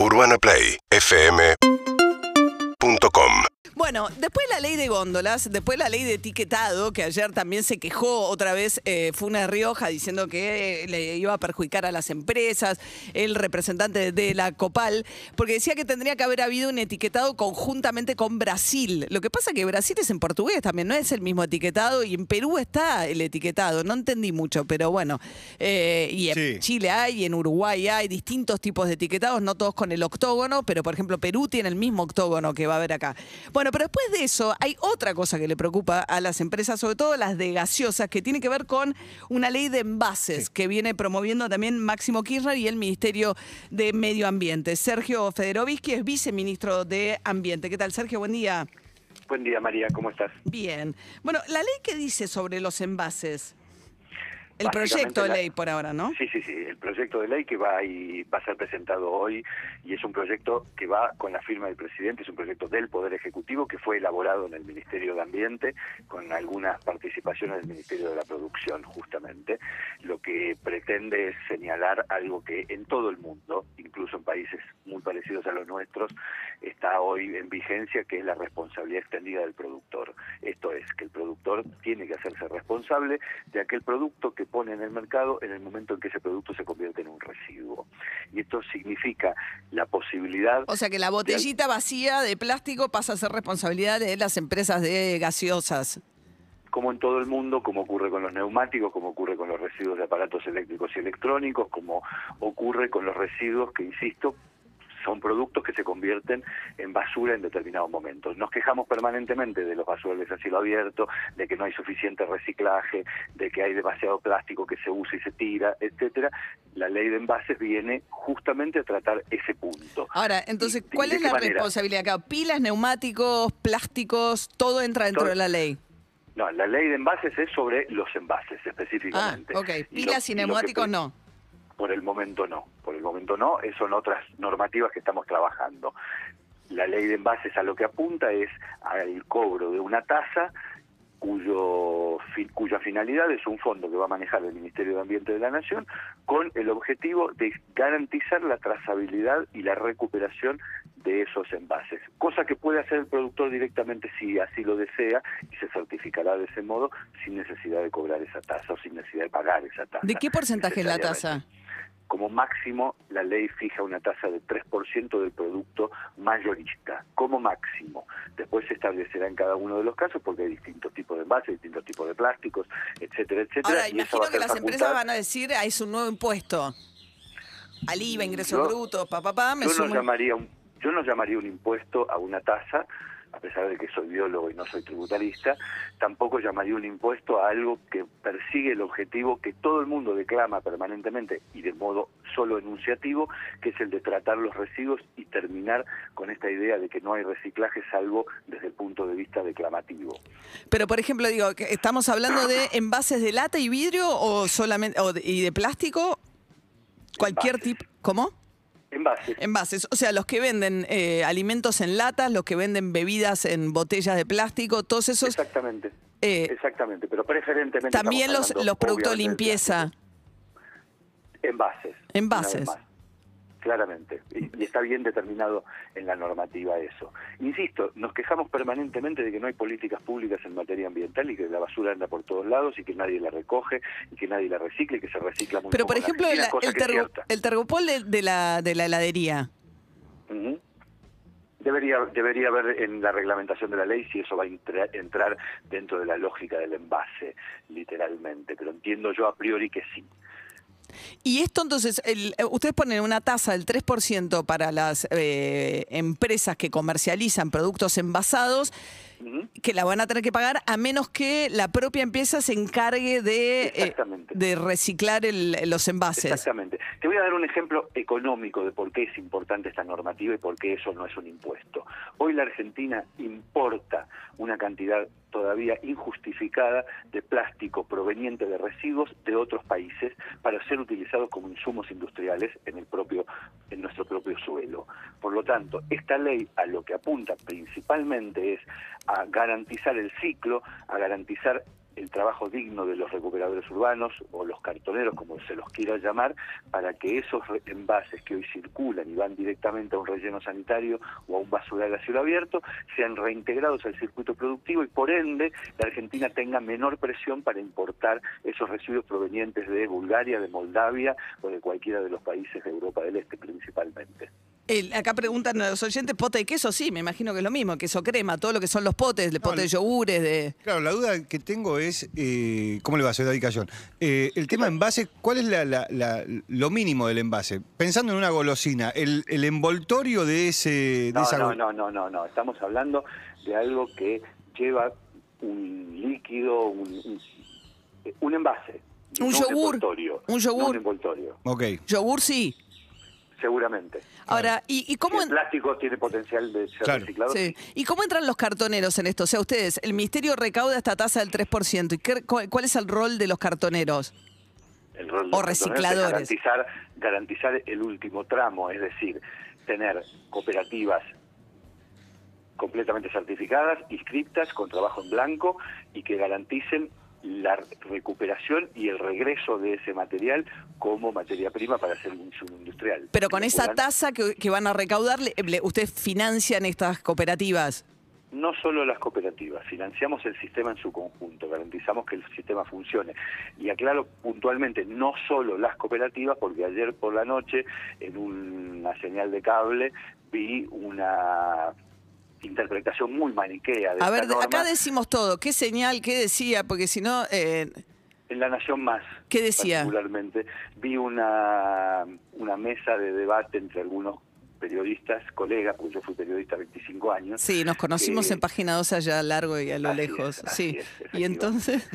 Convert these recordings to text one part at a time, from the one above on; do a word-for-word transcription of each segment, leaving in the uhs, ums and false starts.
urbana play f m punto com. Bueno, después la ley de góndolas, después la ley de etiquetado, que ayer también se quejó otra vez eh, Funes Rioja diciendo que le iba a perjudicar a las empresas, el representante de la Copal, porque decía que tendría que haber habido un etiquetado conjuntamente con Brasil. Lo que pasa es que Brasil es en portugués también, no es el mismo etiquetado, y en Perú está el etiquetado, no entendí mucho, pero bueno. Eh, y en Sí. Chile hay, y en Uruguay hay distintos tipos de etiquetados, no todos con el octógono, pero por ejemplo Perú tiene el mismo octógono que va a haber acá. Bueno, pero después de eso hay otra cosa que le preocupa a las empresas, sobre todo las de gaseosas, que tiene que ver con una ley de envases Sí. que viene promoviendo también Máximo Kirchner y el Ministerio de Medio Ambiente. Sergio Federovisky es viceministro de Ambiente. ¿Qué tal, Sergio? Buen día. Buen día, María, ¿cómo estás? Bien. Bueno, ¿la ley qué dice sobre los envases? El Básicamente proyecto de la- ley por ahora, ¿no? Sí, sí, sí, el proyecto de ley que va, y va a ser presentado hoy, y es un proyecto que va con la firma del presidente, es un proyecto del Poder Ejecutivo que fue elaborado en el Ministerio de Ambiente con algunas participaciones del Ministerio de la Producción, justamente. Lo que pretende es señalar algo que en todo el mundo, incluso en países muy parecidos a los nuestros, está hoy en vigencia, que es la responsabilidad extendida del productor. Esto es, que el productor tiene que hacerse responsable de aquel producto que pone en el mercado en el momento en que ese producto se convierte en un residuo. Y esto significa la posibilidad... O sea que la botellita vacía de plástico pasa a ser responsabilidad de las empresas de gaseosas. Como en todo el mundo, como ocurre con los neumáticos, como ocurre con los residuos de aparatos eléctricos y electrónicos, como ocurre con los residuos que, insisto, son productos que se convierten en basura en determinados momentos. Nos quejamos permanentemente de los basurales a cielo abierto, de que no hay suficiente reciclaje, de que hay demasiado plástico que se usa y se tira, etcétera. La ley de envases viene justamente a tratar ese punto. Ahora, entonces, ¿Y- y ¿cuál de es qué la manera? responsabilidad acá? Pilas, neumáticos, plásticos, todo entra dentro Todo- de la ley. No, la ley de envases es sobre los envases Ah, específicamente. ok. Y Pilas lo- y y lo que neumáticos pre- no. Por el momento no, por el momento no, eso son otras normativas que estamos trabajando. La ley de envases a lo que apunta es al cobro de una tasa cuyo fi- cuya finalidad es un fondo que va a manejar el Ministerio de Ambiente de la Nación con el objetivo de garantizar la trazabilidad y la recuperación de esos envases, cosa que puede hacer el productor directamente si así lo desea y se certificará de ese modo sin necesidad de cobrar esa tasa o sin necesidad de pagar esa tasa. ¿De qué porcentaje es la necesariamente. tasa? Como máximo, la ley fija una tasa de tres por ciento del producto mayorista, como máximo. Después se establecerá en cada uno de los casos, porque hay distintos tipos de envases, distintos tipos de plásticos, etcétera, etcétera. Ahora, y eso va imagino a que ser las facultad. empresas van a decir, ah, es un nuevo impuesto. Al I V A, ingresos Yo- brutos, papá, pa, pa, me Yo no, sumo. llamaría un, yo no llamaría un impuesto a una tasa, a pesar de que soy biólogo y no soy tributarista, tampoco llamaría un impuesto a algo que persigue el objetivo que todo el mundo declama permanentemente y de modo solo enunciativo, que es el de tratar los residuos y terminar con esta idea de que no hay reciclaje salvo desde el punto de vista declamativo. Pero, por ejemplo, digo, que ¿estamos hablando de envases de lata y vidrio o solamente o de- y de plástico? Cualquier Envases. tipo. ¿Cómo? Envases. Envases, o sea, los que venden eh, alimentos en latas, los que venden bebidas en botellas de plástico, todos esos. Exactamente. eh, Exactamente, pero preferentemente también estamos los, hablando, los productos de obviamente, del limpieza. plástico. Envases. Envases. Una vez más, claramente. Y, y está bien determinado en la normativa eso. Insisto, nos quejamos permanentemente de que no hay políticas públicas en materia ambiental y que la basura anda por todos lados y que nadie la recoge y que nadie la recicla y que se recicla muy Pero, poco por en ejemplo, Argentina, la- cosa el, que es tergo- cierta. el tergopol de, de la, de la heladería. Ujú. Debería, debería haber en la reglamentación de la ley si eso va a entra- entrar dentro de la lógica del envase, literalmente, pero entiendo yo a priori que sí. Y esto entonces, el- ustedes ponen una tasa del tres por ciento para las eh, empresas que comercializan productos envasados, Ujú. que la van a tener que pagar a menos que la propia empresa se encargue de, eh, Exactamente. de reciclar el- los envases. Exactamente. Te voy a dar un ejemplo económico de por qué es importante esta normativa y por qué eso no es un impuesto. Hoy la Argentina importa una cantidad todavía injustificada de plástico proveniente de residuos de otros países para ser utilizados como insumos industriales en el propio, en nuestro propio suelo. Por lo tanto, esta ley a lo que apunta principalmente es a garantizar el ciclo, a garantizar el trabajo digno de los recuperadores urbanos o los cartoneros, como se los quiera llamar, para que esos envases que hoy circulan y van directamente a un relleno sanitario o a un basural a cielo abierto sean reintegrados al circuito productivo y por ende la Argentina tenga menor presión para importar esos residuos provenientes de Bulgaria, de Moldavia o de cualquiera de los países de Europa del Este principalmente. El, acá preguntan a los oyentes, pote de queso, sí, me imagino que es lo mismo, queso crema, todo lo que son los potes, de potes de yogures, de... Claro, la duda que tengo es, eh, ¿cómo le va a hacer David Cayón? Eh, el tema envase, ¿cuál es la, la, la, lo mínimo del envase? Pensando en una golosina, el, el envoltorio de ese... De no, esa... no, no, no, no, no, estamos hablando de algo que lleva un líquido, un, un, un envase. Un no yogur, un envoltorio. un yogur. No un envoltorio. Ok. Yogur sí. Seguramente. Ahora, ¿y, y cómo...? Si el plástico tiene potencial de ser Claro. reciclado. Sí. ¿Y cómo entran los cartoneros en esto? O sea, ustedes, el Ministerio recauda esta tasa del tres por ciento. ¿Y qué, cuál es el rol de los cartoneros? El rol O de los recicladores. cartoneros es garantizar, garantizar el último tramo, es decir, tener cooperativas completamente certificadas, inscriptas, con trabajo en blanco y que garanticen la recuperación y el regreso de ese material como materia prima para hacer un insumo industrial. Pero con Que esa puedan- tasa que, que van a recaudar, le- le- ¿ustedes financian estas cooperativas? No solo las cooperativas, financiamos el sistema en su conjunto, garantizamos que el sistema funcione. Y aclaro puntualmente, no solo las cooperativas, porque ayer por la noche en una señal de cable vi una interpretación muy maniquea de A esta ver, de- norma acá decimos todo. ¿Qué señal? ¿Qué decía? Porque si no... eh, en La Nación Más. ¿Qué decía? Particularmente vi una, una mesa de debate entre algunos periodistas, colegas, porque yo fui periodista veinticinco años. sí, nos conocimos que- en Página dos allá a largo y a lo Así lejos. es, así sí. es, Y entonces...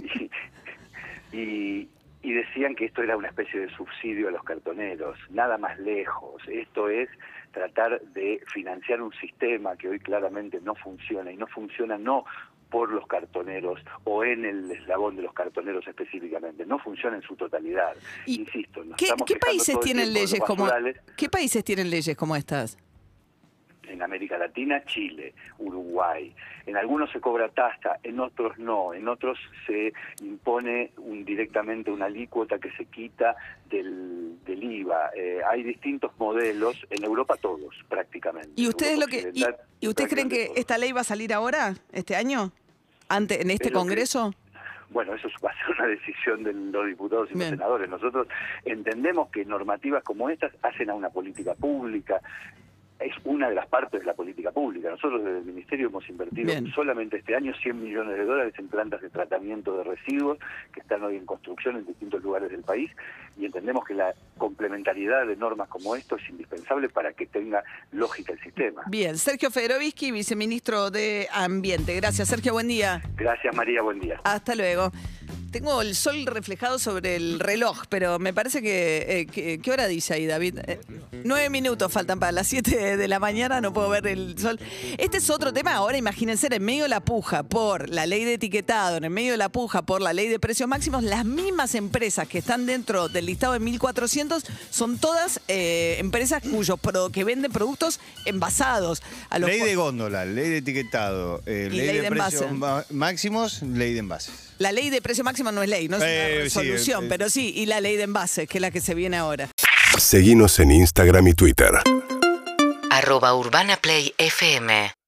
y, y, y decían que esto era una especie de subsidio a los cartoneros, nada más lejos. Esto es tratar de financiar un sistema que hoy claramente no funciona, y no funciona no por los cartoneros o en el eslabón de los cartoneros específicamente, no funciona en su totalidad. Y, Insisto, nos ¿Qué, estamos qué quejando países todo el tienen tiempo de los leyes como basurales. qué países tienen leyes como estas? En América Latina, Chile, Uruguay. En algunos se cobra tasa, en otros no. En otros se impone un, directamente una alícuota que se quita del, del I V A. Eh, hay distintos modelos, en Europa todos, prácticamente. ¿Y En ustedes Europa lo que y, occidental, y ustedes creen que prácticamente esta ley va a salir ahora, este año? Ante, en este Es lo que- Congreso? Bueno, eso va a ser una decisión de los diputados y Bien. los senadores. Nosotros entendemos que normativas como estas hacen a una política pública, es una de las partes de la política pública. Nosotros desde el Ministerio hemos invertido Bien. solamente este año cien millones de dólares en plantas de tratamiento de residuos que están hoy en construcción en distintos lugares del país, y entendemos que la complementariedad de normas como esto es indispensable para que tenga lógica el sistema. Bien, Sergio Federovisky, viceministro de Ambiente. Gracias, Sergio, buen día. Gracias, María, buen día. Hasta luego. Tengo el sol reflejado sobre el reloj, pero me parece que... Eh, que- ¿Qué hora dice ahí, David? Eh, nueve minutos faltan para las siete de la mañana, no puedo ver el sol. Este es otro tema. Ahora imagínense, en medio de la puja por la ley de etiquetado, en el medio de la puja por la ley de precios máximos, las mismas empresas que están dentro del listado de mil cuatrocientos son todas eh, empresas cuyos pro- que venden productos envasados. A los Ley cu- de góndola, ley de etiquetado, eh, Y ley, ley de, de precios envase. ma- máximos, ley de envases. La ley de precio máximo no es ley, no es Eh, una sí, resolución, eh, eh. pero sí, y la ley de envases, que es la que se viene ahora. Seguinos en Instagram y Twitter. arroba Urbana Play F M.